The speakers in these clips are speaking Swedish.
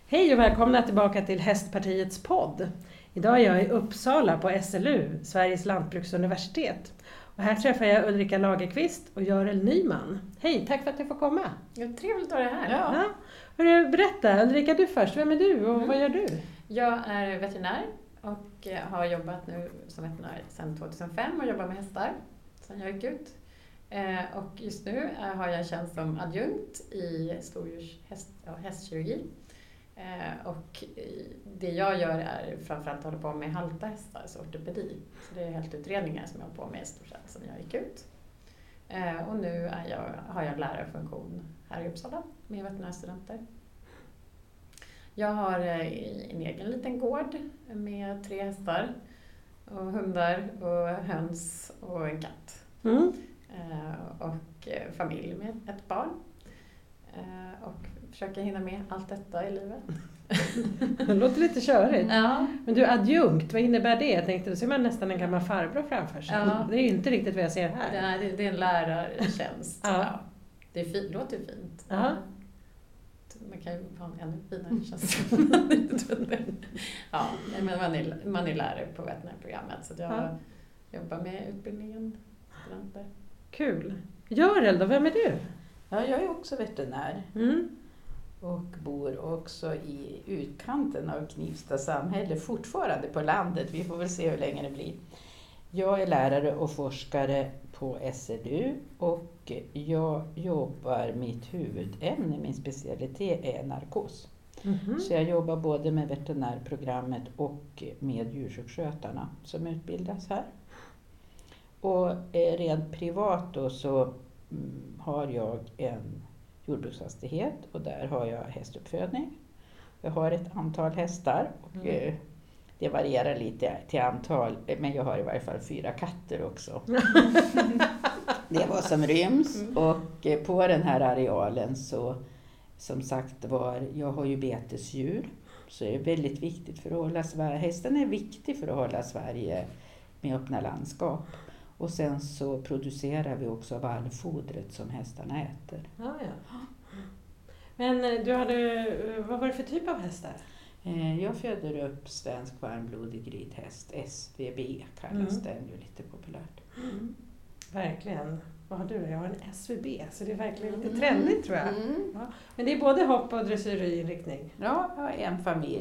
Hej och välkomna tillbaka till Hästpartiets podd. Idag är jag i Uppsala på SLU, Sveriges lantbruksuniversitet. Och här träffar jag Ulrika Lagerqvist och Görel Nyman. Hej, tack för att du får komma. Ja, trevligt att ha dig här. Ja. Berätta, Ulrika du först, vem är du och vad gör du? Jag är veterinär och har jobbat nu som veterinär sedan 2005 och jobbar med hästar sedan jag gick ut. Och just nu har jag en tjänst som adjunkt i hästkirurgi. Och det jag gör är framförallt att hålla på med halta hästar, så ortopedi. Så det är helt utredningar som jag har på med i stort sett sedan jag gick ut. Och nu har jag lärarfunktion här i Uppsala med veterinärstudenter. Jag har en egen liten gård med 3 hästar och hundar och höns och en katt. Och familj med ett barn. Och försöker hinna med allt detta i livet. Det låter lite körigt. Ja. Men du är adjunkt, vad innebär det? Jag tänkte, då ser man nästan en gammal farbror framför sig. Ja. Det är ju inte riktigt vad jag ser här. Det är en lärartjänst. Ja. Ja. Det är fint, låter fint. Ja. Man kan ju ha en ännu finare tjänst. Ja, men man är lärare på veterinärprogrammet, så jag jobbar med utbildningen. Studenter. Kul. Görel då, vem är du? Ja, jag är också veterinär och bor också i utkanten av Knivsta samhälle, fortfarande på landet. Vi får väl se hur länge det blir. Jag är lärare och forskare på SLU och jag jobbar, mitt huvudämne, min specialitet är narkos. Så jag jobbar både med veterinärprogrammet och med djursjukskötarna som utbildas här. Och rent privat då så har jag en jordbruksfastighet och där har jag hästuppfödning. Jag har ett antal hästar och det varierar lite till antal, men jag har i varje fall 4 katter också. Det är vad som ryms och på den här arealen så som sagt jag har ju betesdjur, så det är väldigt viktigt för att hålla Sverige, hästen är viktig för att hålla Sverige med öppna landskap. Och sen så producerar vi också vallfodret som hästarna äter. Ja. Men vad var det för typ av hästar? Jag föder upp svensk varmblodig gridhäst, SVB kallas den ju lite populärt. Verkligen. Vad har du? Jag har en SVB, så det är verkligen lite trendigt tror jag. Ja. Men det är både hopp och dressyrinriktning. Ja, jag har en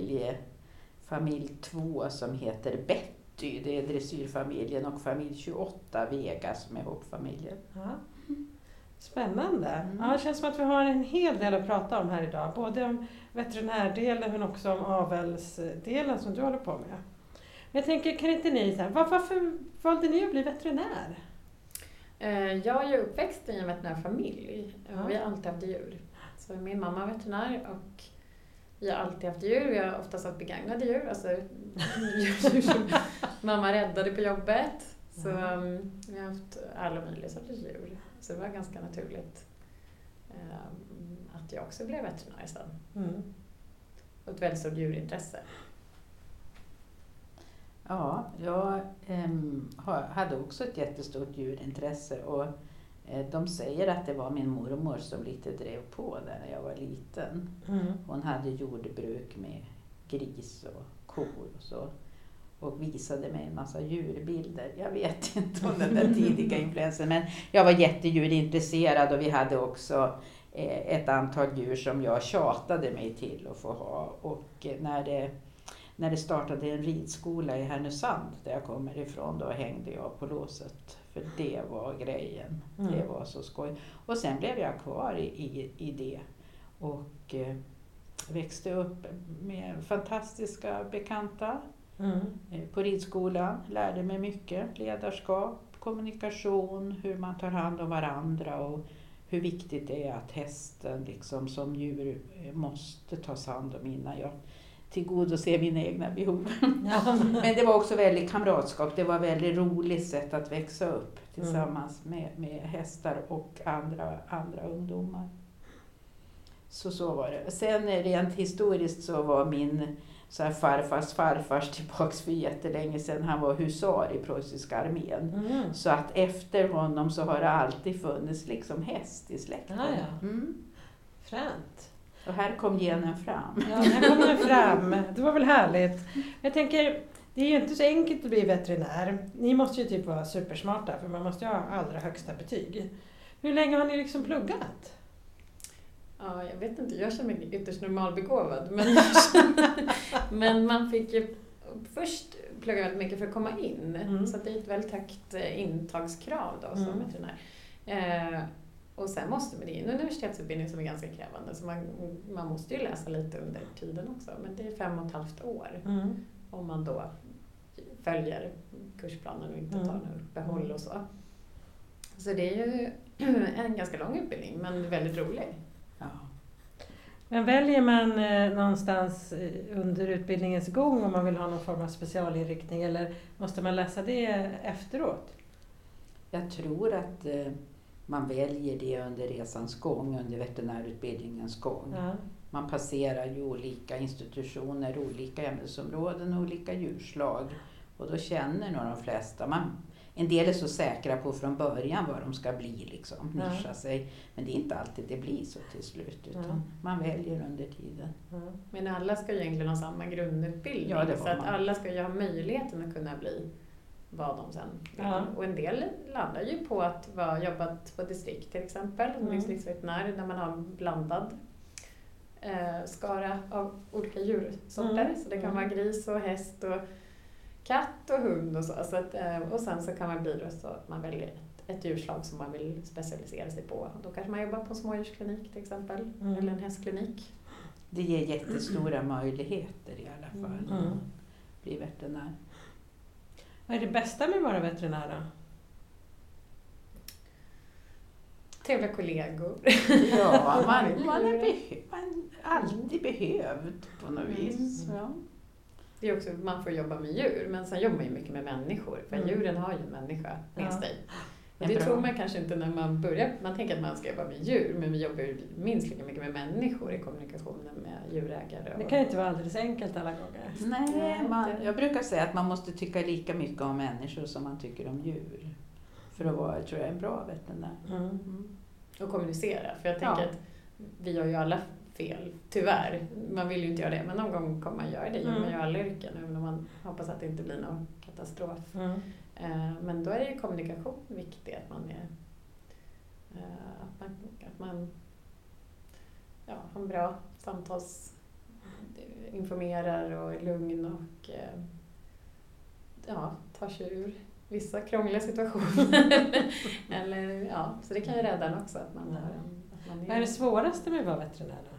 familj 2 som heter Betty, det är dressyrfamiljen, och familj 28 Vega som är hoppfamiljen. Ja. Spännande. Ja, det känns som att vi har en hel del att prata om här idag. Både om veterinärdelen men också om avelsdelen som du håller på med. Men jag tänker, kan inte ni säga, varför valde ni att bli veterinär? Jag är ju uppväxt i en veterinärfamilj och vi har alltid haft djur. Så min mamma är veterinär och vi har alltid haft djur. Vi har oftast haft begagnade djur. Alltså djur som mamma räddade på jobbet. Så vi har haft alla möjliga sorters djur. Så det var ganska naturligt att jag också blev veterinär sen. Och ett väldigt stort djurintresse. Ja, jag hade också ett jättestort djurintresse och de säger att det var min mormor som lite drev på där när jag var liten. Hon hade jordbruk med gris och kor och så. Och visade mig en massa djurbilder. Jag vet inte om den där tidiga influensen, men jag var jättedjurintresserad och vi hade också ett antal djur som jag tjatade mig till att få ha. Och när det startade en ridskola i Härnösand där jag kommer ifrån, då hängde jag på låset. För det var grejen. Det var så skoj. Och sen blev jag kvar i det. Och växte upp med fantastiska bekanta. På ridskolan lärde mig mycket. Ledarskap, kommunikation, hur man tar hand om varandra och hur viktigt det är att hästen liksom som djur måste tas hand om innan jag tillgodoser mina egna behov. Ja. Men det var också väldigt kamratskap. Det var väldigt roligt sätt att växa upp tillsammans med hästar och andra ungdomar. Så var det. Sen rent historiskt så var min så här farfars tillbaks för jättelänge sedan. Han var husar i preussiska armén. Så att efter honom så har det alltid funnits liksom häst i släkten. Ja. Fränt. Och här kom genen fram. Ja, här kom den fram. Det var väl härligt. Jag tänker, det är ju inte så enkelt att bli veterinär. Ni måste ju typ vara supersmarta för man måste ju ha allra högsta betyg. Hur länge har ni liksom pluggat? Ja, jag vet inte, jag känner mig ytterst normalbegåvad. Men man fick ju först plugga väldigt mycket för att komma in. Så att det är ett väldigt högt intagskrav då som veterinär. Och sen måste man, det är en universitetsutbildning som är ganska krävande. Så man måste ju läsa lite under tiden också. Men det är 5,5 år. Om man då följer kursplanen och inte tar några uppehåll och så. Så det är ju en ganska lång utbildning men väldigt rolig. Ja. Men väljer man någonstans under utbildningens gång om man vill ha någon form av specialinriktning eller måste man läsa det efteråt? Jag tror att man väljer det under resans gång, under veterinärutbildningens gång. Ja. Man passerar ju olika institutioner, olika ämnesområden, olika djurslag. Och då känner nog de flesta, en del är så säkra på från början vad de ska bli, liksom, nischa sig. Men det är inte alltid det blir så till slut, utan man väljer under tiden. Men alla ska ju egentligen ha samma grundutbildning. Ja, det så att alla ska ju ha möjligheten att kunna bli vad de sen vill. Ja. Och en del landar ju på att vara jobbat på distrikt till exempel, som distriktsveterinär, där man har blandad skara av olika djursorter. Så det kan vara gris och häst och katt och hund och så. Att, och sen så kan man bli då så att man väljer ett djurslag som man vill specialisera sig på. Då kanske man jobbar på en smådjursklinik till exempel, eller en hästklinik. Det ger jättestora möjligheter i alla fall att bli veterinär. Vad är det bästa med att vara veterinär då? Trevliga kollegor. Ja, man är alltid behövd på något vis. Ja. Det är också, man får jobba med djur, men sen jobbar man ju mycket med människor. För djuren har ju en människa med sig. Och det tror man kanske inte när man börjar. Man tänker att man ska jobba med djur, men vi jobbar ju minst lika mycket med människor i kommunikationen med djurägare. Det kan ju inte vara alldeles enkelt alla gånger. Nej, jag brukar säga att man måste tycka lika mycket om människor som man tycker om djur. För att vara, tror jag, en bra veterinär. Och kommunicera, för jag tänker att vi gör ju alla fel, tyvärr. Man vill ju inte göra det, men någon gång kommer man göra det. Gör man ju alla yrken, även om man hoppas att det inte blir någon katastrof. Men då är det ju kommunikation viktigt, att man är att man har en bra informerar och är lugn och tar sig ur vissa krångliga situationer. Eller, så det kan ju rädda en också. Att man Vad är det svåraste med att vara veterinär då?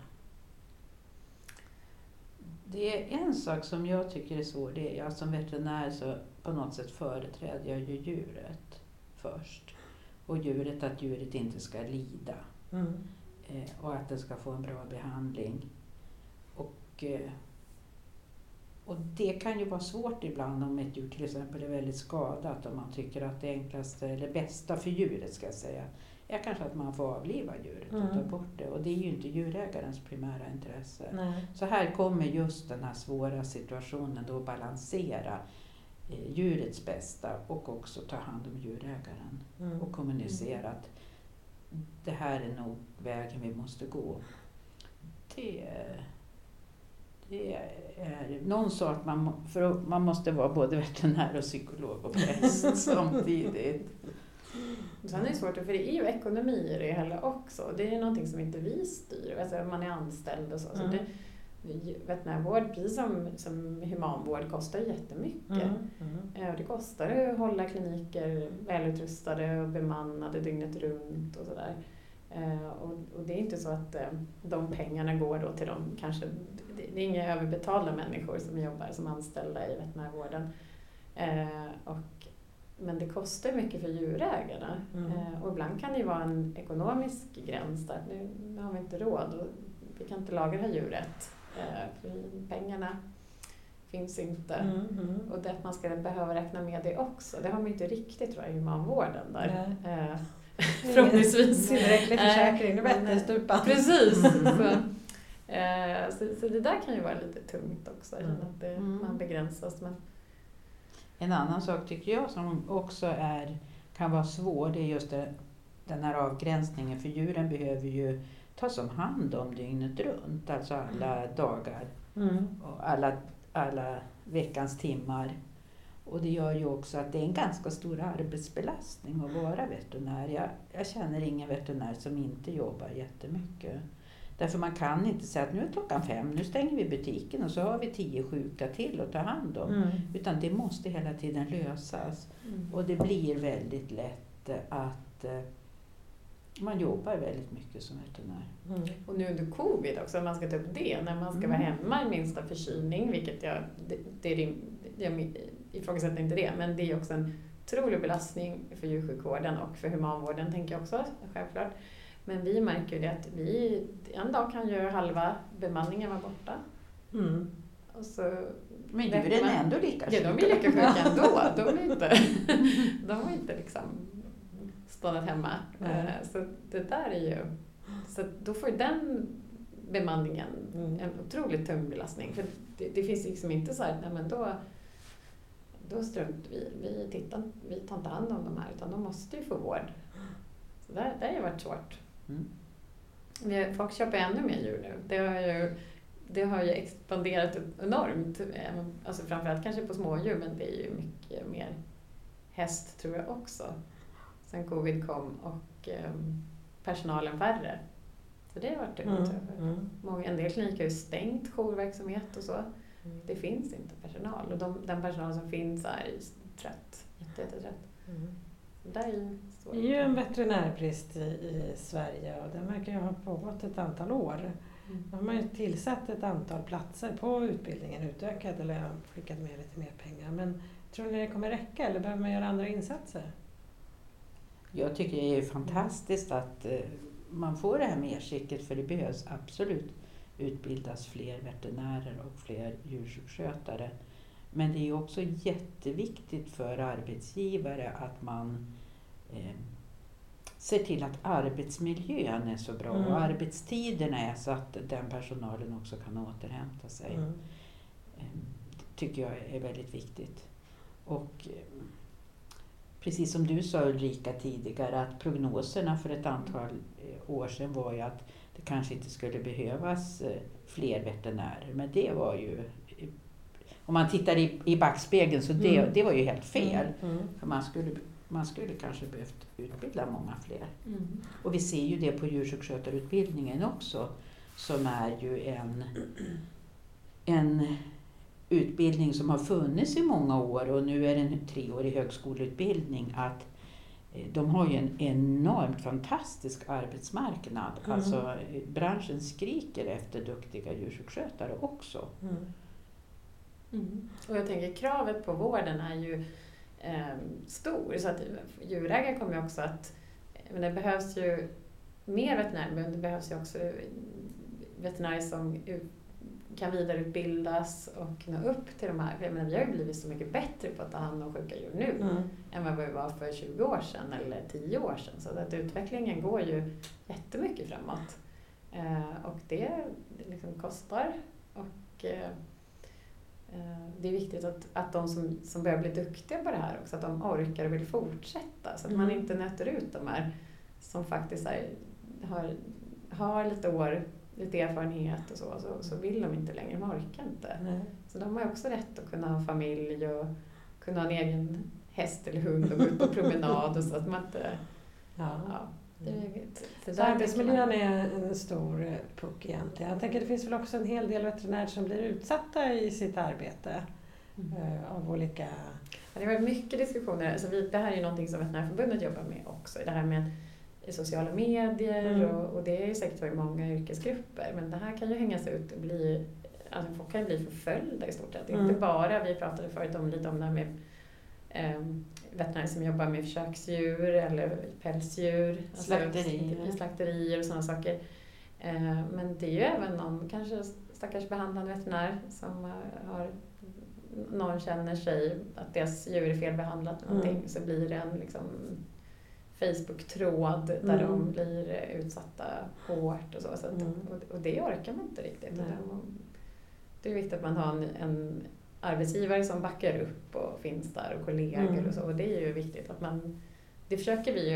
Det är en sak som jag tycker är svår. Det är jag som veterinär så på något sätt företräder jag ju djuret först. Och att djuret inte ska lida. Och att det ska få en bra behandling. Och det kan ju vara svårt ibland om ett djur till exempel är väldigt skadat. Om man tycker att det enklaste eller bästa för djuret, ska jag säga, är kanske att man får avliva djuret och ta bort det. Och det är ju inte djurägarens primära intresse. Nej. Så här kommer just den här svåra situationen då att balansera djurets bästa och också ta hand om djurägaren. Och kommunicera att det här är nog vägen vi måste gå. Det är någon sa att man måste vara både veterinär och psykolog och präst samtidigt. Sen är det svårt, för det är ju ekonomi i det heller också. Det är ju någonting som inte vi styr. Alltså man är anställd och så. Så veterinärvård, precis som humanvård, kostar jättemycket. Och det kostar att hålla kliniker välutrustade och bemannade dygnet runt och sådär. Och det är inte så att de pengarna går då till de kanske, det är inga överbetalda människor som jobbar som anställda i veterinärvården. Men det kostar mycket för djurägarna. Och ibland kan det ju vara en ekonomisk gräns där. Nu har vi inte råd och vi kan inte laga det här djuret. För pengarna finns inte. Och det att man ska behöva räkna med det också. Det har man inte riktigt, tror jag, i humanvården där. Förhoppningsvis. Tillräcklig försäkring, det är bättre. Precis. Så det där kan ju vara lite tungt också. Att man begränsas. Men... En annan sak tycker jag som också kan vara svår, det är just den här avgränsningen. För djuren behöver ju tas om hand om dygnet runt, alltså alla dagar Mm. och alla veckans timmar. Och det gör ju också att det är en ganska stor arbetsbelastning att vara veterinär. Jag känner ingen veterinär som inte jobbar jättemycket. Därför man kan inte säga att nu är klockan 5, nu stänger vi butiken och så har vi 10 sjuka till att ta hand om. Mm. Utan det måste hela tiden lösas. Och det blir väldigt lätt att man jobbar väldigt mycket som veterinär. Mm. Och nu under covid också, om man ska ta upp det, när man ska vara hemma i minsta förkylning, vilket jag ifrågasätter inte det, men det är också en otrolig belastning för djursjukvården och för humanvården, tänker jag också, självklart. Men vi märker ju det att en dag kan ju halva bemanningen vara borta. Mm. Och så Men djuren är ändå lika sjuka. Ja, de är lika sjuka ändå. De har inte liksom stannat hemma. Så det där är ju... Så då får ju den bemanningen en otroligt tung belastning. För det finns liksom inte så här, nej men då strunt vi tar inte hand om de här, utan de måste ju få vård. Så det har ju varit svårt. Folk köper ännu mer djur nu. Det har ju expanderat enormt. Alltså framförallt kanske på smådjur, men det är ju mycket mer häst tror jag också. Sen covid kom och personalen färre. Så det har varit tungt. En del kliniker har ju stängt jourverksamhet och så. Det finns inte personal. Och den personal som finns är trött. Jättetrött. Det är ju en veterinärbrist i Sverige och den verkar ju ha pågått ett antal år. Då har man ju tillsatt ett antal platser på utbildningen, utökat eller skickat med lite mer pengar. Men tror ni det kommer räcka eller behöver man göra andra insatser? Jag tycker det är fantastiskt att man får det här medskicket, för det behövs absolut utbildas fler veterinärer och fler djursjukskötare. Men det är också jätteviktigt för arbetsgivare att man ser till att arbetsmiljön är så bra och arbetstiderna är så att den personalen också kan återhämta sig. Det tycker jag är väldigt viktigt. Och precis som du sa Ulrika tidigare, att prognoserna för ett antal år sedan var ju att det kanske inte skulle behövas fler veterinärer. Men det var ju, om man tittar i backspegeln, så det var ju helt fel. För man skulle kanske behövt utbilda många fler. Och vi ser ju det på djursjukskötarutbildningen också, som är ju en utbildning som har funnits i många år och nu är det en 3-årig högskoleutbildning, att de har ju en enormt fantastisk arbetsmarknad. Alltså branschen skriker efter duktiga djursjukskötare också. Och jag tänker kravet på vården är ju stor, så att djurägare kommer ju också att, men det behövs ju mer veterinärer, men det behövs ju också veterinärer som kan vidareutbildas och nå upp till de här. Jag menar, vi har ju blivit så mycket bättre på att ta hand om sjuka djur nu än vad vi var för 20 år sedan eller 10 år sedan. Så att utvecklingen går ju jättemycket framåt. Och det liksom kostar. Och det är viktigt att de som börjar bli duktiga på det här också, att de orkar och vill fortsätta. Så att man inte nöter ut de här som faktiskt har lite år, lite erfarenhet och så vill de inte längre, de orkar inte. Nej. Så de har ju också rätt att kunna ha familj och kunna ha en egen häst eller hund och gå ut på promenad och så att man inte... Så arbetsmiljön är en stor puck egentligen. Jag tänker det finns väl också en hel del veterinärer som blir utsatta i sitt arbete av olika... Ja, det har varit mycket diskussioner. Alltså det här är ju någonting som Veterinärförbundet jobbar med också. Det här med sociala medier och det är ju säkert för många yrkesgrupper. Men det här kan ju hängas ut och bli... Alltså folk kan ju bli förföljda i stort sett. Inte bara, vi pratade förut lite om det här med veterinärer som jobbar med försöksdjur eller pälsdjur. Slakterier och sådana saker. Men det är ju även någon kanske stackars behandlande veterinär som någon känner sig att deras djur är felbehandlat eller någonting, så blir det en liksom Facebook-tråd där de blir utsatta hårt och så. Och det orkar man inte riktigt. Det är viktigt att man har en arbetsgivare som backar upp och finns där och kollegor och så. Och det är ju viktigt att det försöker vi ju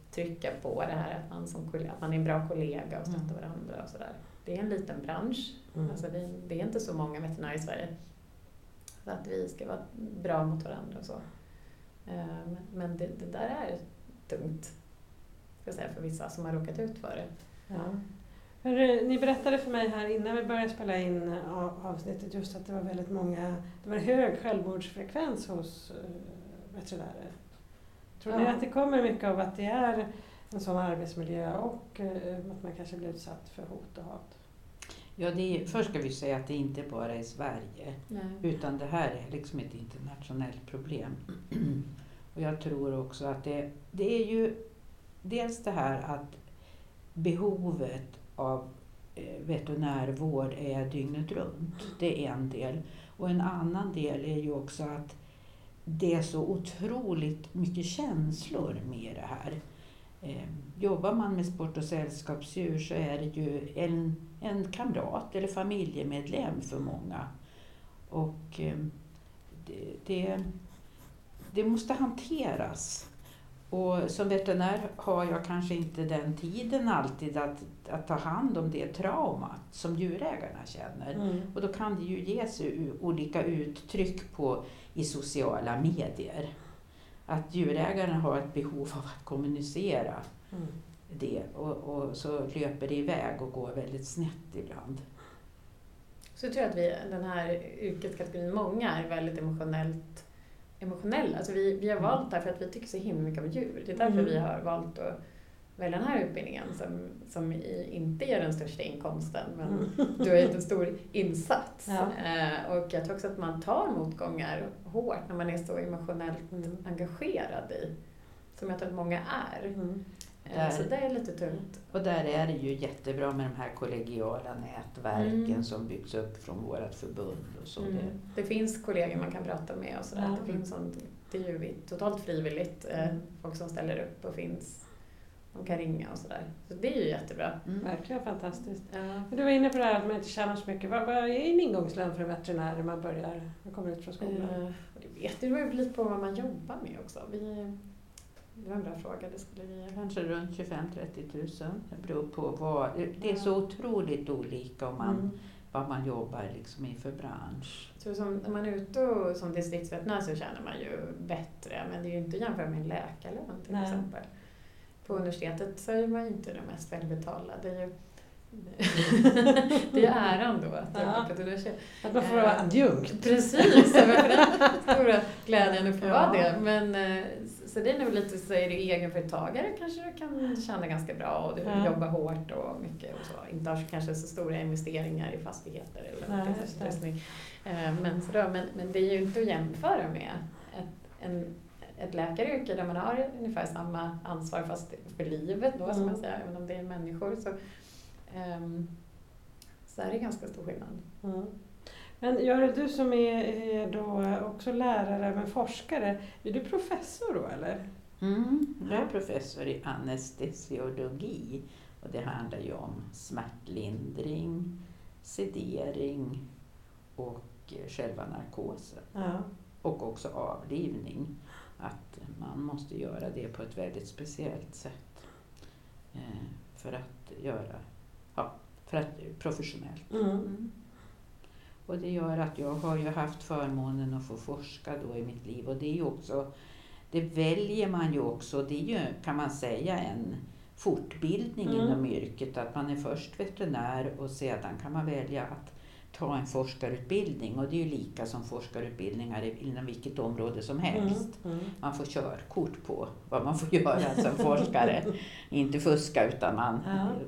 trycka på det här att man är en bra kollega och stöttar varandra och sådär. Det är en liten bransch. Alltså det är inte så många veterinärer i Sverige. Så att vi ska vara bra mot varandra och så. Men det där är tungt, ska jag säga, för vissa som har råkat ut för det. Ja. Ni berättade för mig här innan vi började spela in avsnittet just att det var väldigt många, det var hög självmordsfrekvens hos veterinärer. Tror ni att det kommer mycket av att det är en sån arbetsmiljö och att man kanske blir utsatt för hot och hat? Ja, först ska vi säga att det inte bara är i Sverige. Nej. Utan det här är liksom ett internationellt problem. Och jag tror också att det är ju dels det här att behovet av veterinärvård är dygnet runt. Det är en del. Och en annan del är ju också att det är så otroligt mycket känslor med det här. Jobbar man med sport- och sällskapsdjur så är det ju en kamrat eller familjemedlem för många. Och det måste hanteras. Och som veterinär har jag kanske inte den tiden alltid att ta hand om det traumat som djurägarna känner. Och då kan det ju ges olika uttryck i sociala medier. Att djurägarna har ett behov av att kommunicera det och så löper det iväg och går väldigt snett ibland. Så jag tror att den här yrkeskategorin, många är väldigt emotionella. Alltså vi har valt det här för att vi tycker så himla mycket om djur. Det är därför vi har valt att välja den här utbildningen som inte ger den största inkomsten, men du har gjort en stor insats. Ja. Och jag tror också att man tar motgångar hårt när man är så emotionellt engagerad i, som jag tror att många är. Så det är lite tungt. Och där är det ju jättebra med de här kollegiala nätverken som byggs upp från vårt förbund och så. Det finns kollegor man kan prata med och sådär. Det finns det är ju totalt frivilligt. Folk som ställer upp och finns. De kan ringa och sådär. Så det är ju jättebra. Verkligen fantastiskt. Ja. Du var inne på det här att man inte tjänar så mycket. Vad är en ingångslön för en veterinär när man kommer ut från skolan? Det beror ju lite på vad man jobbar med också. Det var en bra fråga. Det skulle vi... Kanske runt 25-30 000. Det beror på det är så otroligt olika vad man jobbar liksom i för bransch. Så när man är ute och som distriktsveterinär så tjänar man ju bättre. Men det är ju inte jämfört med en läkarlön till exempel. På universitetet så är man inte de mest välbetalda. Det är äran då att jobba på ett universitet. Att man får vara adjunkt. Precis, det var den stora glädjen att få vara det. Men, så det är nog lite så är du egenföretagare kanske du kan tjäna ganska bra och du jobbar hårt och mycket och så. Inte har kanske så stora investeringar i fastigheter eller utrustning. Men det är ju inte att jämföra med ett läkaryrke där man har ungefär samma ansvar fast för livet då, som jag säger, även om det är människor så är det ganska stor skillnad. Men Görel, du som är då också lärare men forskare, är du professor då eller? Jag är professor i anestesiologi och det handlar ju om smärtlindring, sedering och själva narkosen. Ja. Och också avlivning. Att man måste göra det på ett väldigt speciellt sätt för att professionellt. Och det gör att jag har ju haft förmånen att få forska då i mitt liv och det är ju också, det väljer man ju också, det är ju kan man säga en fortbildning inom yrket, att man är först veterinär och sedan kan man välja att ta en forskarutbildning och det är ju lika som forskarutbildningar inom vilket område som helst. Man får körkort på vad man får göra som forskare. Inte fuska utan man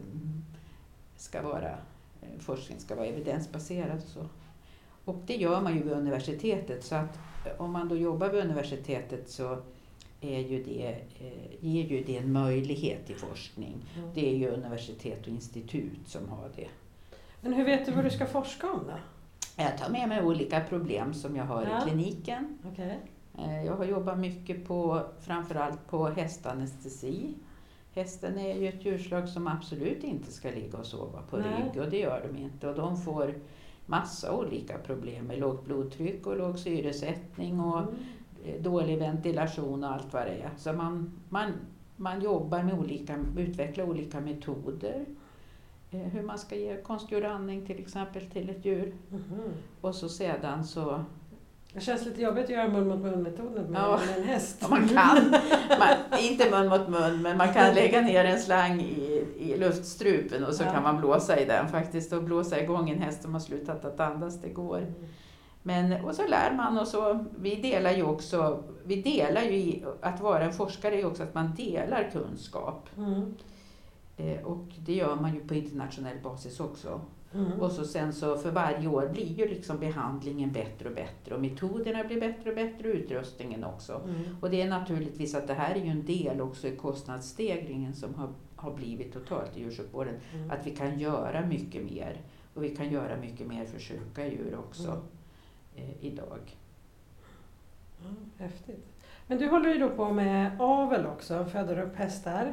forskning ska vara evidensbaserad och så. Och det gör man ju vid universitetet så att om man då jobbar vid universitetet så ger ju det en möjlighet till forskning. Det är ju universitet och institut som har det. Men hur vet du vad du ska forska om då? Jag tar med mig olika problem som jag har i kliniken. Okay. Jag har jobbat mycket framförallt på hästanestesi. Hästen är ju ett djurslag som absolut inte ska ligga och sova på rygg och det gör de inte. Och de får massa olika problem med lågt blodtryck och låg syresättning och dålig ventilation och allt vad det är. Så man jobbar med utveckla olika metoder. Hur man ska ge konstgjord andning till exempel till ett djur. Och så sedan så... Det känns lite jobbigt att göra mun-mot-mun-metoden med en häst. Ja, man kan. Inte mun mot mun, men man kan lägga ner en slang i luftstrupen och så kan man blåsa i den faktiskt. Och blåsa igång en häst som har slutat att andas, det går. Men, och så lär man och så, vi delar ju i att vara en forskare är också att man delar kunskap. Och det gör man ju på internationell basis också. Och så sen så för varje år blir ju liksom behandlingen bättre och bättre och metoderna blir bättre och bättre och utrustningen också. Och det är naturligtvis att det här är ju en del också i kostnadsstegringen som har blivit totalt i djursjukvården. Att vi kan göra mycket mer och vi kan göra mycket mer för sjuka djur också idag. Häftigt. Men du håller ju då på med avel också, föder upp hästar.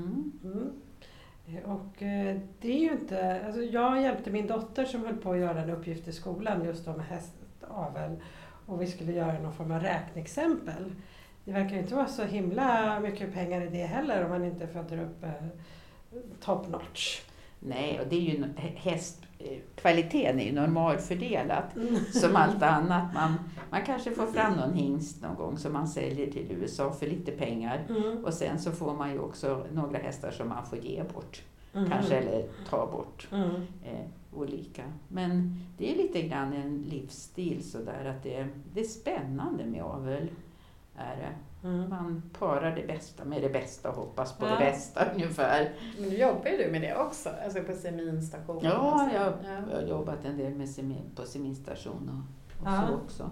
Och det är ju inte, alltså jag hjälpte min dotter som höll på att göra en uppgift i skolan just om hästavel och vi skulle göra någon form av räkneexempel. Det verkar ju inte vara så himla mycket pengar i det heller om man inte föder upp top notch. Nej, och det är ju hästkvaliteten är ju normalfördelat som allt annat. Man kanske får fram någon hingst någon gång som man säljer till USA för lite pengar. Och sen så får man ju också några hästar som man får ge bort. Kanske eller ta bort olika. Men det är lite grann en livsstil sådär att det är spännande med avel. Är det. Man parar det bästa med det bästa och hoppas på det bästa ungefär. Men nu jobbar ju du med det också, alltså på seminstationen. Ja, jag har jobbat en del på seminstation och så också.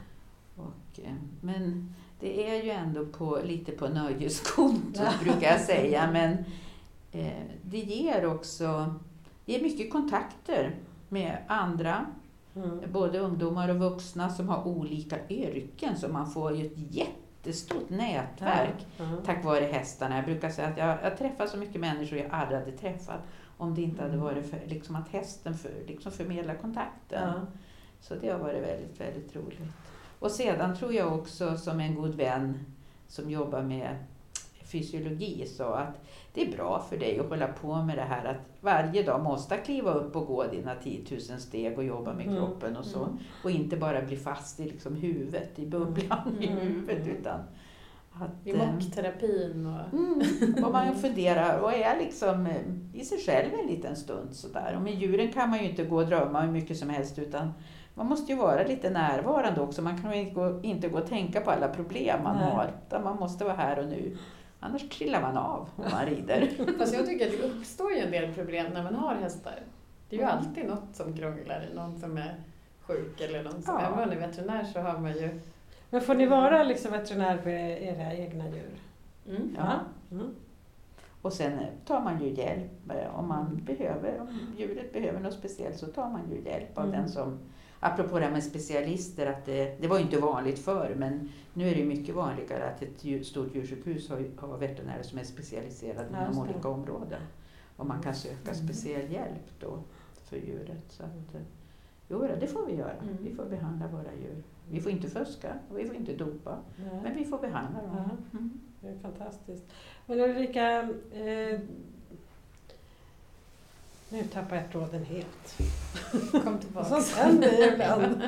Men det är ju ändå lite på nöjeskonto brukar jag säga. Men det ger mycket kontakter med andra. Både ungdomar och vuxna som har olika yrken så man får ju ett jättestort nätverk tack vare hästarna. Jag brukar säga att jag träffar så mycket människor jag aldrig hade träffat om det inte hade varit för liksom att hästen förmedlar kontakten. Så det har varit väldigt, väldigt roligt. Och sedan tror jag också som en god vän som jobbar med fysiologi så att det är bra för dig att hålla på med det här att varje dag måste kliva upp och gå dina 10 000 steg och jobba med kroppen och så. Och inte bara bli fast i liksom huvudet, i bubblan i huvudet utan att... I mockterapin och man funderar och är liksom i sig själv en liten stund sådär. Och med djuren kan man ju inte gå och drömma hur mycket som helst utan man måste ju vara lite närvarande också. Man kan ju inte gå och tänka på alla problem man har utan man måste vara här och nu. Annars trillar man av om man rider. Fast jag tycker att det uppstår ju en del problem när man har hästar. Det är ju alltid något som krånglar, någon som är sjuk eller någon som är man är veterinär så har man ju... Men får ni vara liksom veterinär på era egna djur? Och sen tar man ju hjälp om djuret behöver något speciellt så tar man ju hjälp av den som... Apropå det här med specialister, att det var ju inte vanligt förr men nu är det mycket vanligare att ett stort djursjukhus har veterinärer som är specialiserade inom olika områden. Och man kan söka speciell hjälp då för djuret. Så att, det får vi göra. Vi får behandla våra djur. Vi får inte fuska och vi får inte dopa. Men vi får behandla dem. Det är fantastiskt. Men Ulrika, nu tappar jag tråden helt. Kom tillbaka. Sånt händer ibland.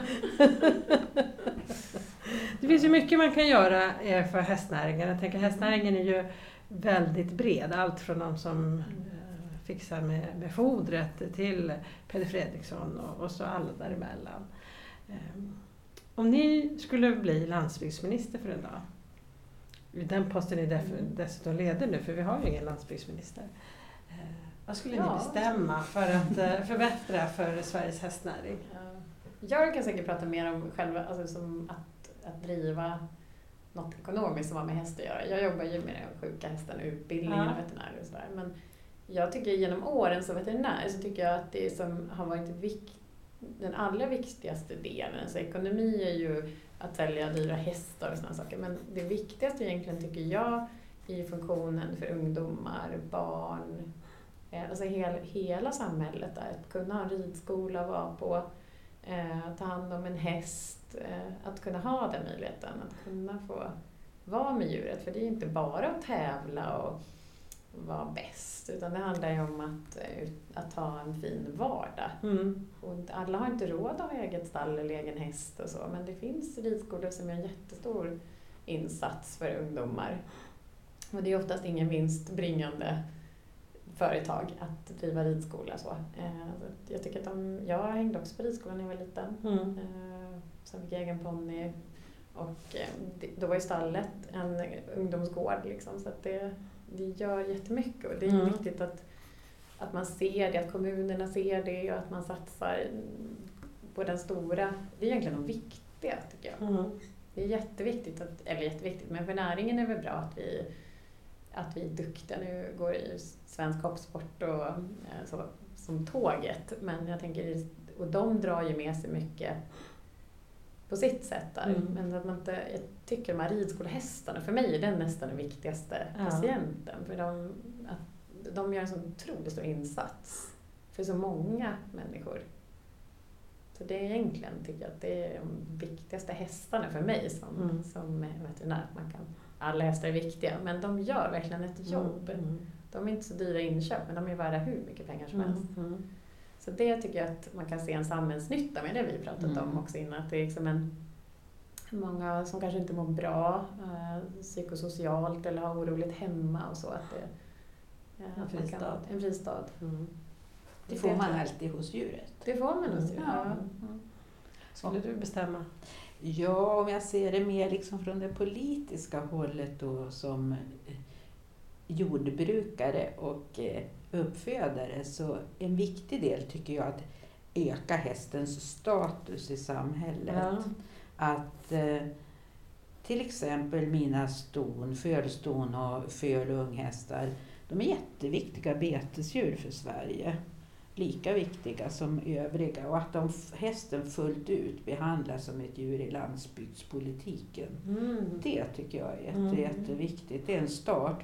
Det finns ju mycket man kan göra för hästnäringen. Jag tänker hästnäringen är ju väldigt bred. Allt från de som fixar med fodret till Peder Fredriksson och så alla däremellan. Om ni skulle bli landsbygdsminister för en dag. Den posten är dessutom leder nu för vi har ju ingen landsbygdsminister. Vad skulle ni bestämma för att förbättra för Sveriges hästnäring? Jag kan säkert prata mer om själva, alltså som att driva något ekonomiskt som har med häst att göra. Jag jobbar ju med den sjuka hästen, utbildningen av veterinärer och sådär. Men jag tycker genom åren som veterinär så tycker jag att det som har varit den allra viktigaste delen, alltså ekonomi är ju att sälja dyra hästar och sådana saker. Men det viktigaste egentligen tycker jag är funktionen för ungdomar, barn, alltså hela samhället där. Att kunna ha en ridskola, vara på, ta hand om en häst, att kunna ha den möjligheten, att kunna få vara med djuret. För det är inte bara att tävla och vara bäst, utan det handlar ju om att ha en fin vardag. Och alla har inte råd att ha eget stall eller egen häst och så, men det finns ridskolor som är en jättestor insats för ungdomar. Och det är oftast ingen vinstbringande företag att driva ridskola. Så jag tycker att jag hängde också på ridskolan när jag var liten. Sen fick jag egen ponny. Och då var ju stallet en ungdomsgård liksom, så att det gör jättemycket. Och det är viktigt att man ser det, att kommunerna ser det och att man satsar på den stora. Det är egentligen de viktiga, tycker jag. Det är jätteviktigt, men för näringen är det väl bra att vi är duktiga. Nu går i svensk hoppsport och så, som tåget, men jag tänker, och de drar ju med sig mycket på sitt sätt där. Men att man inte, jag tycker de här ridskolehästarna, för mig är den nästan den viktigaste patienten. För de gör en sån otroligt stor insats för så många människor. Så det är egentligen, tycker jag, att det är de viktigaste hästarna för mig som veterinär. Alla hästar är viktiga, men de gör verkligen ett jobb. De är inte så dyra inköp, men de är värda hur mycket pengar som helst. Så det tycker jag att man kan se en samhällsnytta med, det vi pratat om också innan. Att det är liksom många som kanske inte mår bra psykosocialt eller har oroligt hemma och så. Att en fristad. En fristad. Det får man alltid hos djuret. Det får man hos djuret. Ja. Skulle du bestämma? Ja, om jag ser det mer liksom från det politiska hållet då, som jordbrukare och uppfödare, så en viktig del tycker jag att öka hästens status i samhället. Att till exempel mina fölston och föl- och unghästar, de är jätteviktiga betesdjur för Sverige. Lika viktiga som övriga, och att hästen fullt ut behandlas som ett djur i landsbygdspolitiken. Det tycker jag är jätteviktigt. Det är en start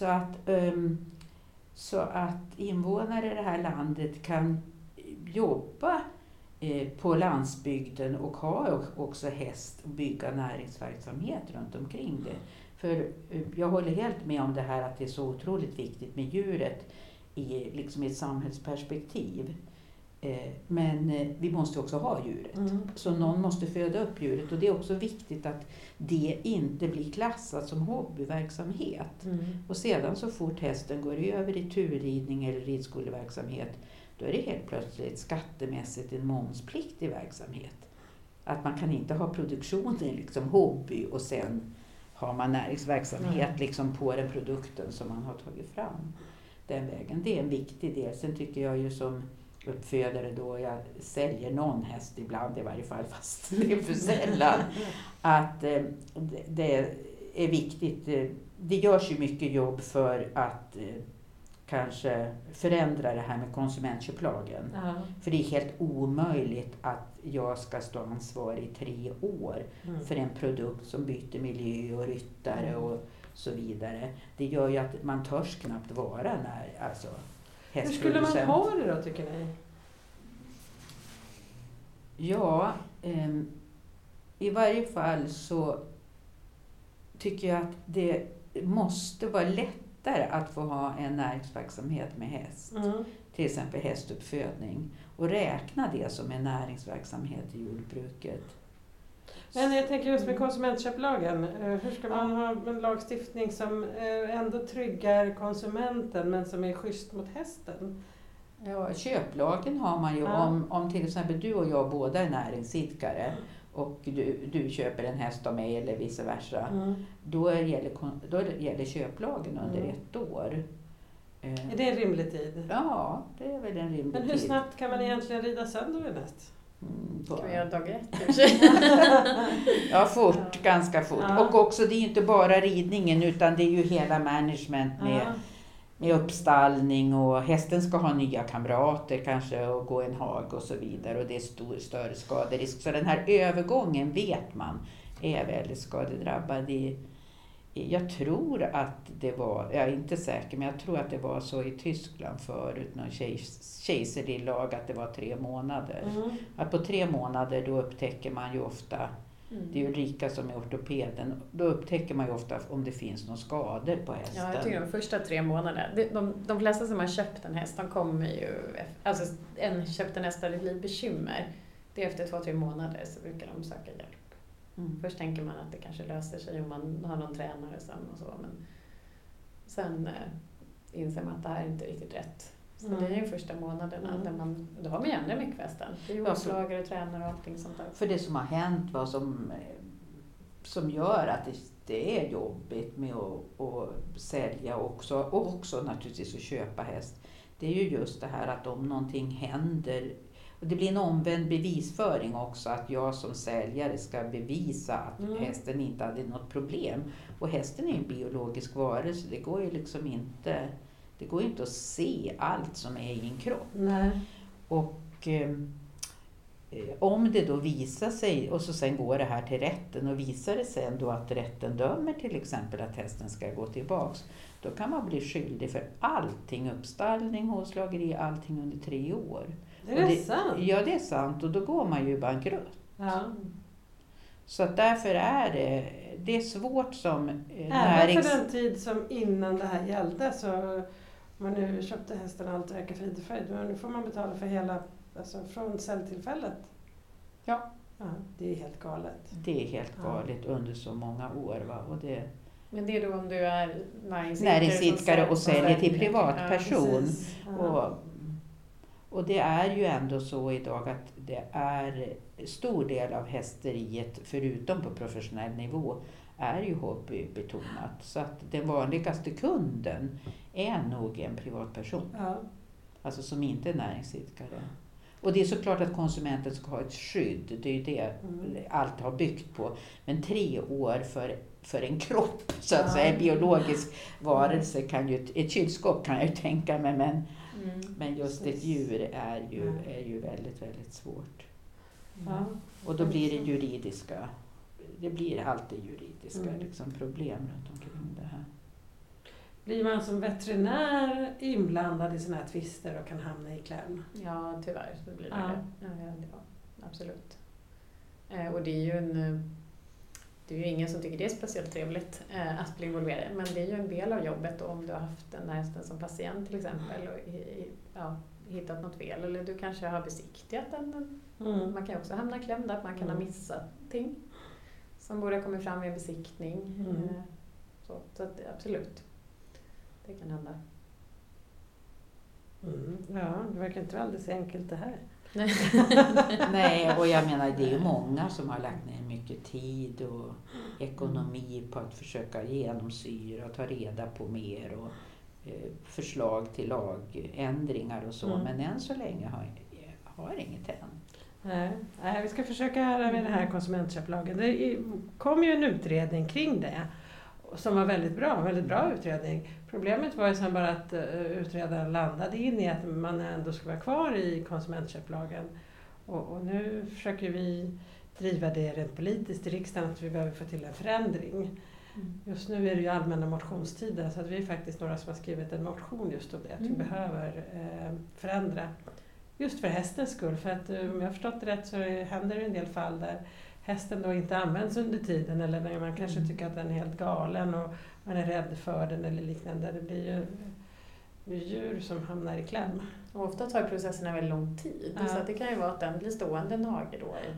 så att invånare i det här landet kan jobba på landsbygden och ha också häst och bygga näringsverksamhet runt omkring det. För jag håller helt med om det här att det är så otroligt viktigt med djuret i ett samhällsperspektiv. Men vi måste också ha djuret. Så någon måste föda upp djuret. Och det är också viktigt att det inte blir klassat som hobbyverksamhet. Och sedan så fort hästen går över i turridning eller ridskoleverksamhet, då är det helt plötsligt skattemässigt en momspliktig verksamhet. Att man kan inte ha produktionen liksom hobby och sen har man näringsverksamhet liksom på den produkten som man har tagit fram. Den vägen. Det är en viktig del. Sen tycker jag ju som uppfödare då, jag säljer någon häst ibland i varje fall, fast det är för sällan, att det är viktigt. Det görs ju mycket jobb för att kanske förändra det här med konsumentköplagen. För det är helt omöjligt att jag ska stå ansvarig i 3 år för en produkt som byter miljö och ryttare och så vidare. Det gör ju att man törs knappt vara hästproducent. Hur skulle man ha det då, tycker ni? Ja, i varje fall så tycker jag att det måste vara lättare att få ha en näringsverksamhet med häst. Till exempel hästuppfödning. Och räkna det som en näringsverksamhet i jordbruket. Men jag tänker just med konsumentköplagen. Hur ska man ha en lagstiftning som ändå tryggar konsumenten men som är schysst mot hästen? Ja, köplagen har man ju om till exempel du och jag båda är näringsidkare och du köper en häst av mig eller vice versa. Då gäller köplagen under 1 år. Är det en rimlig tid? Ja, det är väl en rimlig tid. Men hur snabbt kan man egentligen rida sönder en häst? Ska vi göra dag 1? Ja, ganska fort. Och också, det är inte bara ridningen utan det är ju hela management med uppstallning, och hästen ska ha nya kamrater kanske och gå en hag och så vidare, och det är större skaderisk. Så den här övergången vet man är väldigt skadedrabbad. Jag tror att det var, jag är inte säker, men jag tror att det var så i Tyskland förut, någon kejserlig lag, att det var 3 månader. Att på 3 månader då upptäcker man ju ofta Det är ju Ulrika som är ortopeden. Då upptäcker man ju ofta om det finns några skador på hästen. Ja, jag tycker de första 3 månaderna. De flesta som har köpt en häst, de kommer ju... Alltså köpt en häst där det blir bekymmer. Det är efter 2-3 månader så brukar de söka hjälp. Först tänker man att det kanske löser sig om man har någon tränare sen och så. Men sen inser man att det här är inte riktigt rätt. Så det är ju första månaderna där då har man ju ändå mycket för hästen. Det är ju hovslagare, tränare och allting sånt där. För det som har hänt, vad som gör att det är jobbigt med att sälja också, och också naturligtvis att köpa häst. Det är ju just det här att om någonting händer, och det blir en omvänd bevisföring också, att jag som säljare ska bevisa att hästen inte hade något problem. Och hästen är en biologisk varelse, det går ju liksom inte... Det går inte att se allt som är i en kropp. Nej. Och om det då visar sig, och så sen går det här till rätten, och visar det sig ändå att rätten dömer till exempel att hästen ska gå tillbaks, då kan man bli skyldig för allting, uppstallning, hovslageri, allting under 3 år. Det är sant? Ja, det är sant, och då går man ju bankrutt. Ja. Så att därför är det är svårt som även för den tid som innan det här gällde, så man nu köpte hästen allt räcker frid och fröjd, men nu får man betala för hela, alltså från säljtillfället. Ja. Det är helt galet. Det är helt galet under så många år. Va? Och men det är då om du är näringsidkare och säljer till privatperson. Ja, och det är ju ändå så idag att det är stor del av hästeriet, förutom på professionell nivå, är ju hobbybetonat. Så att den vanligaste kunden är nog en privatperson. Ja. Alltså som inte är näringsidkare. Och det är såklart att konsumenten ska ha ett skydd. Det är ju det allt har byggt på. Men 3 år för en kropp, så att säga, en biologisk varelse, kan ju, ett kylskåp kan jag ju tänka mig. Men just ett djur är ju väldigt, väldigt svårt. Ja. Och då blir det juridiska. Det blir alltid juridiska liksom, problem runt omkring det här. Blir man som veterinär inblandad i såna här tvister och kan hamna i kläm? Ja, tyvärr så blir det. Ja, absolut. Och det är ju ingen som tycker det är speciellt trevligt att bli involverad. Men det är ju en del av jobbet om du har haft den här hästen som patient till exempel och hittat något fel. Eller du kanske har besiktigat den. Man kan ju också hamna i kläm där, att man kan ha missat ting som borde ha kommit fram i en besiktning. Så att, absolut, det kan hända. Ja, det verkar inte alldeles enkelt det här. Nej, och jag menar det är ju många som har lagt ner mycket tid och ekonomi på att försöka genomsyra och ta reda på mer och förslag till lagändringar och så. Men än så länge har inget hänt. Nej, vi ska försöka höra med den här konsumentköplagen. Det kom ju en utredning kring det som var väldigt bra utredning. Problemet var ju sen bara att utredaren landade in i att man ändå ska vara kvar i konsumentköplagen. Och nu försöker vi driva det rent politiskt i riksdagen, att vi behöver få till en förändring. Just nu är det ju allmänna motionstider, så att vi är faktiskt några som har skrivit en motion just om det. Att vi behöver förändra. Just för hästens skull. För att om jag har förstått det rätt så händer det en del fall där hästen då inte används under tiden, eller när man kanske tycker att den är helt galen och man är rädd för den eller liknande. Det blir ju djur som hamnar i kläm. Och ofta tar processerna väldigt lång tid. Så att det kan ju vara att den blir stående nage då i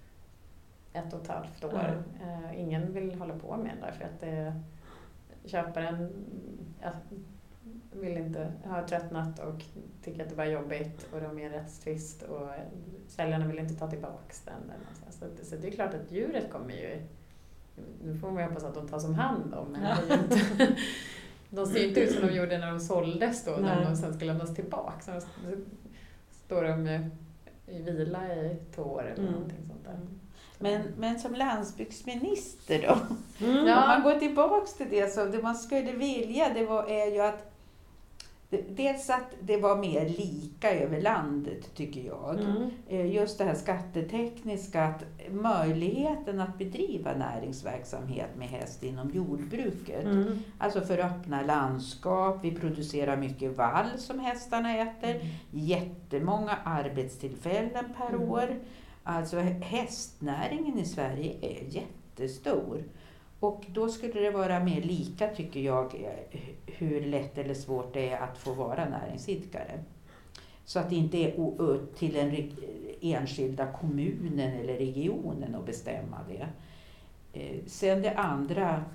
1,5 år. Ingen vill hålla på med det för att köparen vill inte, ha tröttnat och tycker att det var jobbigt och de är en rättstvist och säljarna vill inte ta tillbaka den. Så det är klart att djuret kommer ju, nu får man ju hoppas att de tas om hand om, men det är ju inte, de ser inte ut som de gjorde när de såldes då, när de sen ska lämnas tillbaka. Så står de ju i vila i 2 år eller någonting sånt där. Men som landsbygdsminister då, om man går tillbaks till det, så det man skulle vilja, är ju att dels att det var mer lika över landet, tycker jag. Just det här skattetekniska, att möjligheten att bedriva näringsverksamhet med häst inom jordbruket. Alltså för öppna landskap, vi producerar mycket vall som hästarna äter, jättemånga arbetstillfällen per år. Alltså hästnäringen i Sverige är jättestor. Och då skulle det vara mer lika, tycker jag, hur lätt eller svårt det är att få vara näringsidkare. Så att det inte är till den enskilda kommunen eller regionen att bestämma det. Sen det andra...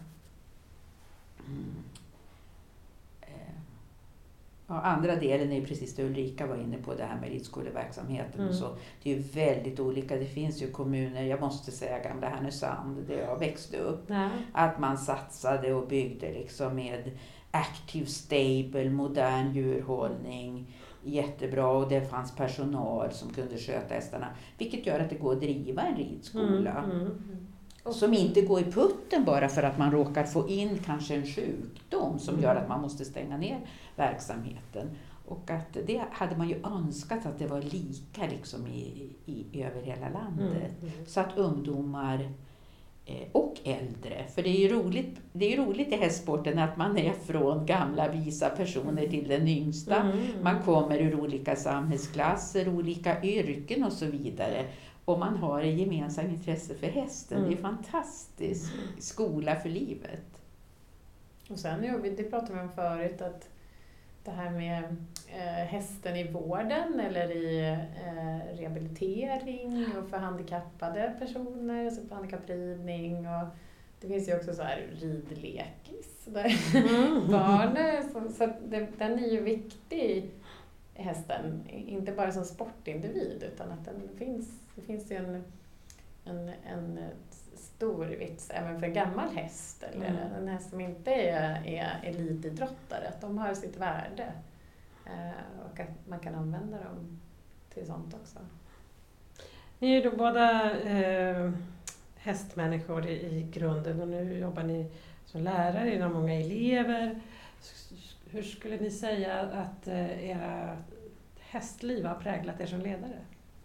andra delen är precis det Ulrika var inne på, det här med ridskoleverksamheten. Och så. Det är ju väldigt olika. Det finns ju kommuner, jag måste säga gamla Härnösand, där jag växte upp. Att man satsade och byggde liksom med active stable, modern djurhållning. Jättebra, och det fanns personal som kunde sköta hästarna. Vilket gör att det går att driva en ridskola. Som inte går i putten bara för att man råkar få in kanske en sjukdom som gör att man måste stänga ner verksamheten. Och att det hade man ju önskat att det var lika liksom över hela landet. Så att ungdomar och äldre, för det är ju roligt i hästsporten att man är från gamla visa personer till den yngsta. Man kommer ur olika samhällsklasser, olika yrken och så vidare. Och man har ett gemensamt intresse för hästen. Det är fantastisk skola för livet. Och sen, det pratade vi om förut, att det här med hästen i vården eller i rehabilitering och för handikappade personer, alltså på handikappridning. Och det finns ju också så här ridlekis där barn, så den är ju viktig, hästen, inte bara som sportindivid, utan att det finns ju en stor vits även för en gammal häst eller en häst som inte är elitidrottare, att de har sitt värde och att man kan använda dem till sånt också. Ni är ju då båda hästmänniskor i grunden, och nu jobbar ni som lärare inom många elever. Hur skulle ni säga att era hästliv har präglat er som ledare?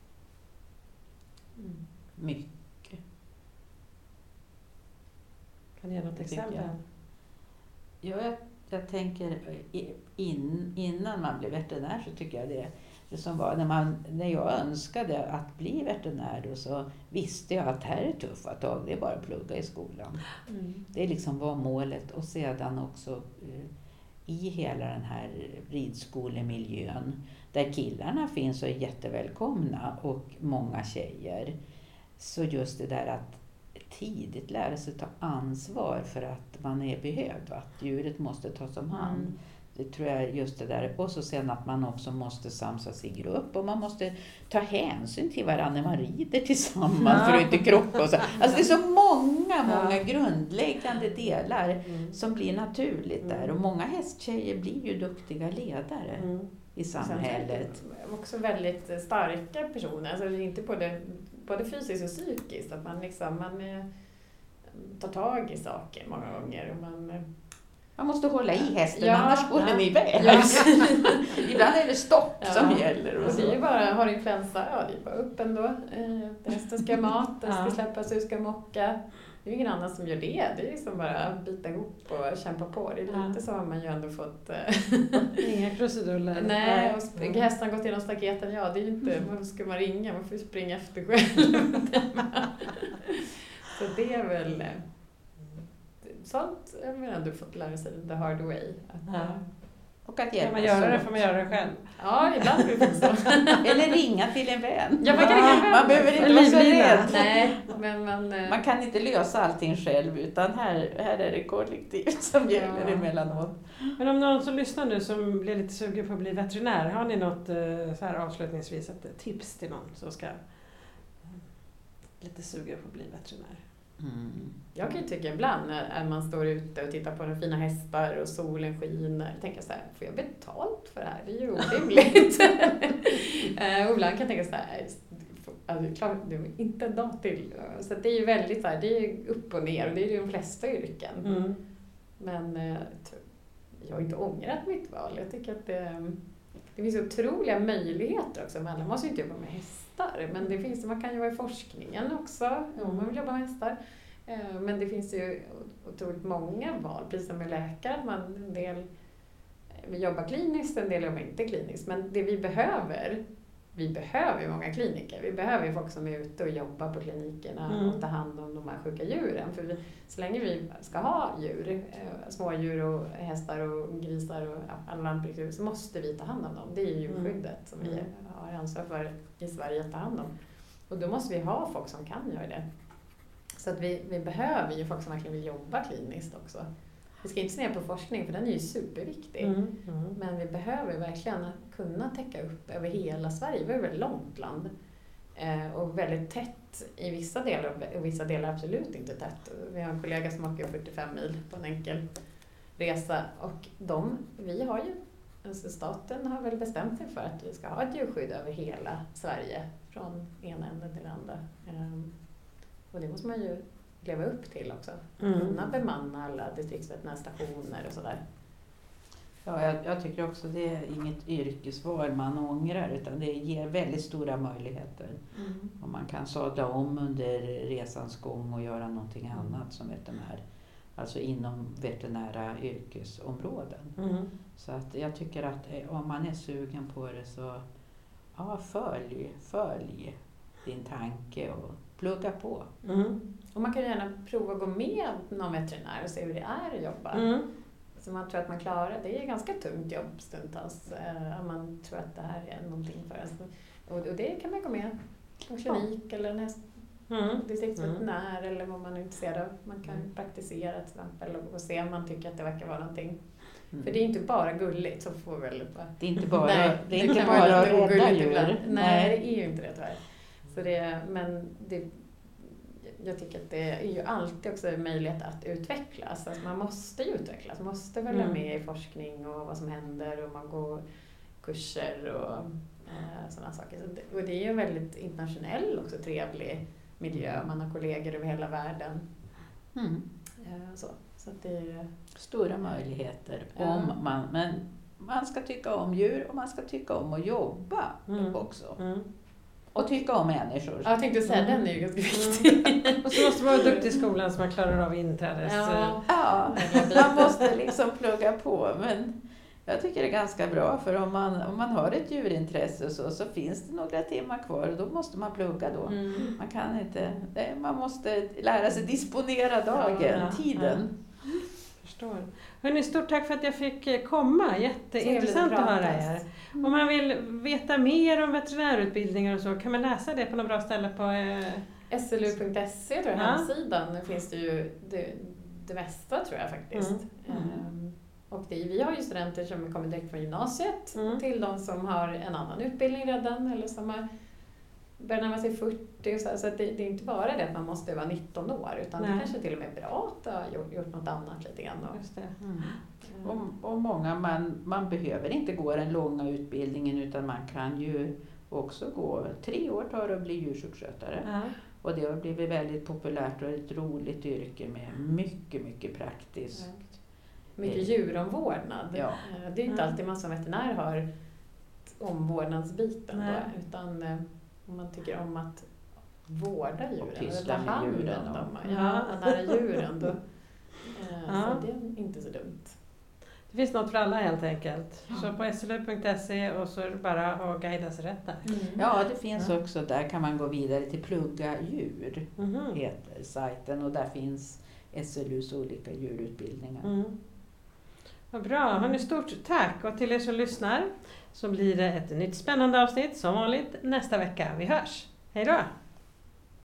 Mycket. Kan du ge något exempel? Jag tänker innan man blev veterinär, så tycker jag det som var när jag önskade att bli veterinär, då, så visste jag att här är tuffa tag, det är bara att plugga i skolan. Det liksom var målet, och sedan också i hela den här ridskolemiljön där killarna finns och är jättevälkomna och många tjejer. Så just det där att tidigt lära sig ta ansvar för att man är behövd, att djuret måste tas om hand. Det tror jag, just det där. Och så sen att man också måste samsas i grupp, och man måste ta hänsyn till varandra när man rider tillsammans för att inte krocka och så. Alltså det är så många grundläggande delar som blir naturligt där, och många hästtjejer blir ju duktiga ledare i samhället. Också väldigt starka personer, alltså inte både fysiskt och psykiskt, att man tar tag i saker många gånger, och man måste hålla i hästen, annars går den iväg. Ibland är det stopp som gäller. Och det är ju bara, har influensa, det är bara upp ändå. Hästen ska ha mat, den ska släppas ut, ska mocka. Det är ju ingen annan som gör det. Det är liksom bara bita ihop och kämpa på. Det är lite så har man ju ändå fått... Inga krusiduller. Nej, och hästen har gått igenom staketen. Det är ju inte, man ska man ringa, man får ju springa efter själv. Så det är väl... Sånt har man ändå fått lära sig the hard way. Och att kan man göra det får man göra det själv. Ja, ibland blir det så. Eller ringa till en vän. Ja, man kan ringa en vän. Man behöver inte vara så rädd. Nej, men man kan inte lösa allting själv, utan här är det kollektivt som gäller emellanåt. Men om någon som lyssnar nu som blir lite sugen på att bli veterinär, har ni något så här avslutningsvis ett tips till någon som ska lite sugen på att bli veterinär? Jag kan ju tycka ibland när man står ute och tittar på de fina hästar och solen skiner, tänker så här, får jag betalt för det här? Det är ju orimligt. Och ibland kan jag tänka så här, klart, det är inte en dag till. Så det är ju väldigt så här, det är ju upp och ner, och det är ju de flesta yrken. Men jag har inte ångrat mitt val. Jag tycker att det finns otroliga möjligheter också. Men alla måste ju inte jobba med hästar. Men man kan jobba i forskningen också om man vill jobba med hästar. Men det finns ju otroligt många val. Precis som med läkare. En del vill jobba kliniskt, en del jobbar inte kliniskt. Men det vi behöver vi behöver ju många kliniker. Vi behöver ju folk som är ute och jobbar på klinikerna och tar hand om de här sjuka djuren. För så länge vi ska ha djur, smådjur och hästar och grisar och alla lantbruksdjur, så måste vi ta hand om dem. Det är ju skyddet som vi har ansvar för i Sverige att ta hand om. Och då måste vi ha folk som kan göra det. Så att vi behöver ju folk som verkligen vill jobba kliniskt också. Vi ska inte se ner på forskning, för den är ju superviktig. Men vi behöver verkligen kunna täcka upp över hela Sverige. Vi är ett väldigt långt land. Och väldigt tätt i vissa delar, och vissa delar absolut inte tätt. Vi har en kollega som åker 45 mil på en enkel resa. Och vi har ju, alltså staten har väl bestämt sig för att vi ska ha ett djurskydd över hela Sverige. Från ena änden till andra. Och det måste man ju leva upp till också. Kunna bemanna alla distriktsveterinärstationer och sådär. Ja, jag tycker också det är inget yrkesval man ångrar, utan det ger väldigt stora möjligheter. Och man kan sadla om under resans gång och göra någonting annat som veterinär. Alltså inom veterinära yrkesområden. Så att jag tycker att om man är sugen på det, så följ din tanke och plugga på. Och man kan gärna prova att gå med någon veterinär och se hur det är att jobba. Så man tror att man klarar det. är ganska tungt jobb stundtals. Om man tror att det här är någonting för oss. Och det kan man gå med på klinik eller en distriktsveterinär eller vad man är intresserad av. Man kan praktisera till exempel och se om man tycker att det verkar vara någonting. För det är inte bara gulligt, så får vi väl bara... Det är inte bara, det är inte bara att rädda djur. Nej, det är ju inte det tyvärr. Jag tycker att det är ju alltid också en möjlighet att utvecklas. Alltså man måste ju utvecklas, man måste följa med i forskning och vad som händer och man går kurser och sådana saker. Och det är ju en väldigt internationell också trevlig miljö. Man har kollegor över hela världen. Så att det är stora möjligheter men man ska tycka om djur och man ska tycka om att jobba också. Och tycka om människor. Jag tänkte säga, den är ju ganska viktig. Och så måste man vara duktig i skolan så man klarar av inträdes. Ja, man måste liksom plugga på. Men jag tycker det är ganska bra, för om man har ett djurintresse så finns det några timmar kvar och då måste man plugga då. Man kan inte, man måste lära sig disponera dagen, tiden. Förstår. Hörrni, stort tack för att jag fick komma. Jätteintressant att höra er. Om man vill veta mer om veterinärutbildningar och så, kan man läsa det på något bra ställe på SLU.se, tror jag, hemsidan. Finns det ju det mesta, tror jag faktiskt. Och vi har ju studenter som kommer direkt från gymnasiet till de som har en annan utbildning redan eller som har börjar närma sig 40 och så att det är inte bara det att man måste vara 19 år, utan det kanske till och med är bra att ha gjort något annat lite grann. Just det. Och många, man behöver inte gå den långa utbildningen, utan man kan ju också gå 3 år tar det att bli djursjukskötare. Och det har blivit väldigt populärt och ett roligt yrke med mycket, mycket praktiskt. Mycket djuromvårdnad. Ja. Det är inte alltid man som veterinär har omvårdnadsbiten då, utan om man tycker om att vårda djuren eller ta hand om dem, nära djuren, då så det är inte så dumt. Det finns något för alla helt enkelt. Så på SLU.se och så är det bara att guida sig rätt där. Ja, det finns också, där kan man gå vidare till Plugga djur, heter sajten, och där finns SLUs olika djurutbildningar. Vad bra, hörni, stort tack, och till er som lyssnar så blir det ett nytt spännande avsnitt som vanligt nästa vecka. Vi hörs, hej då!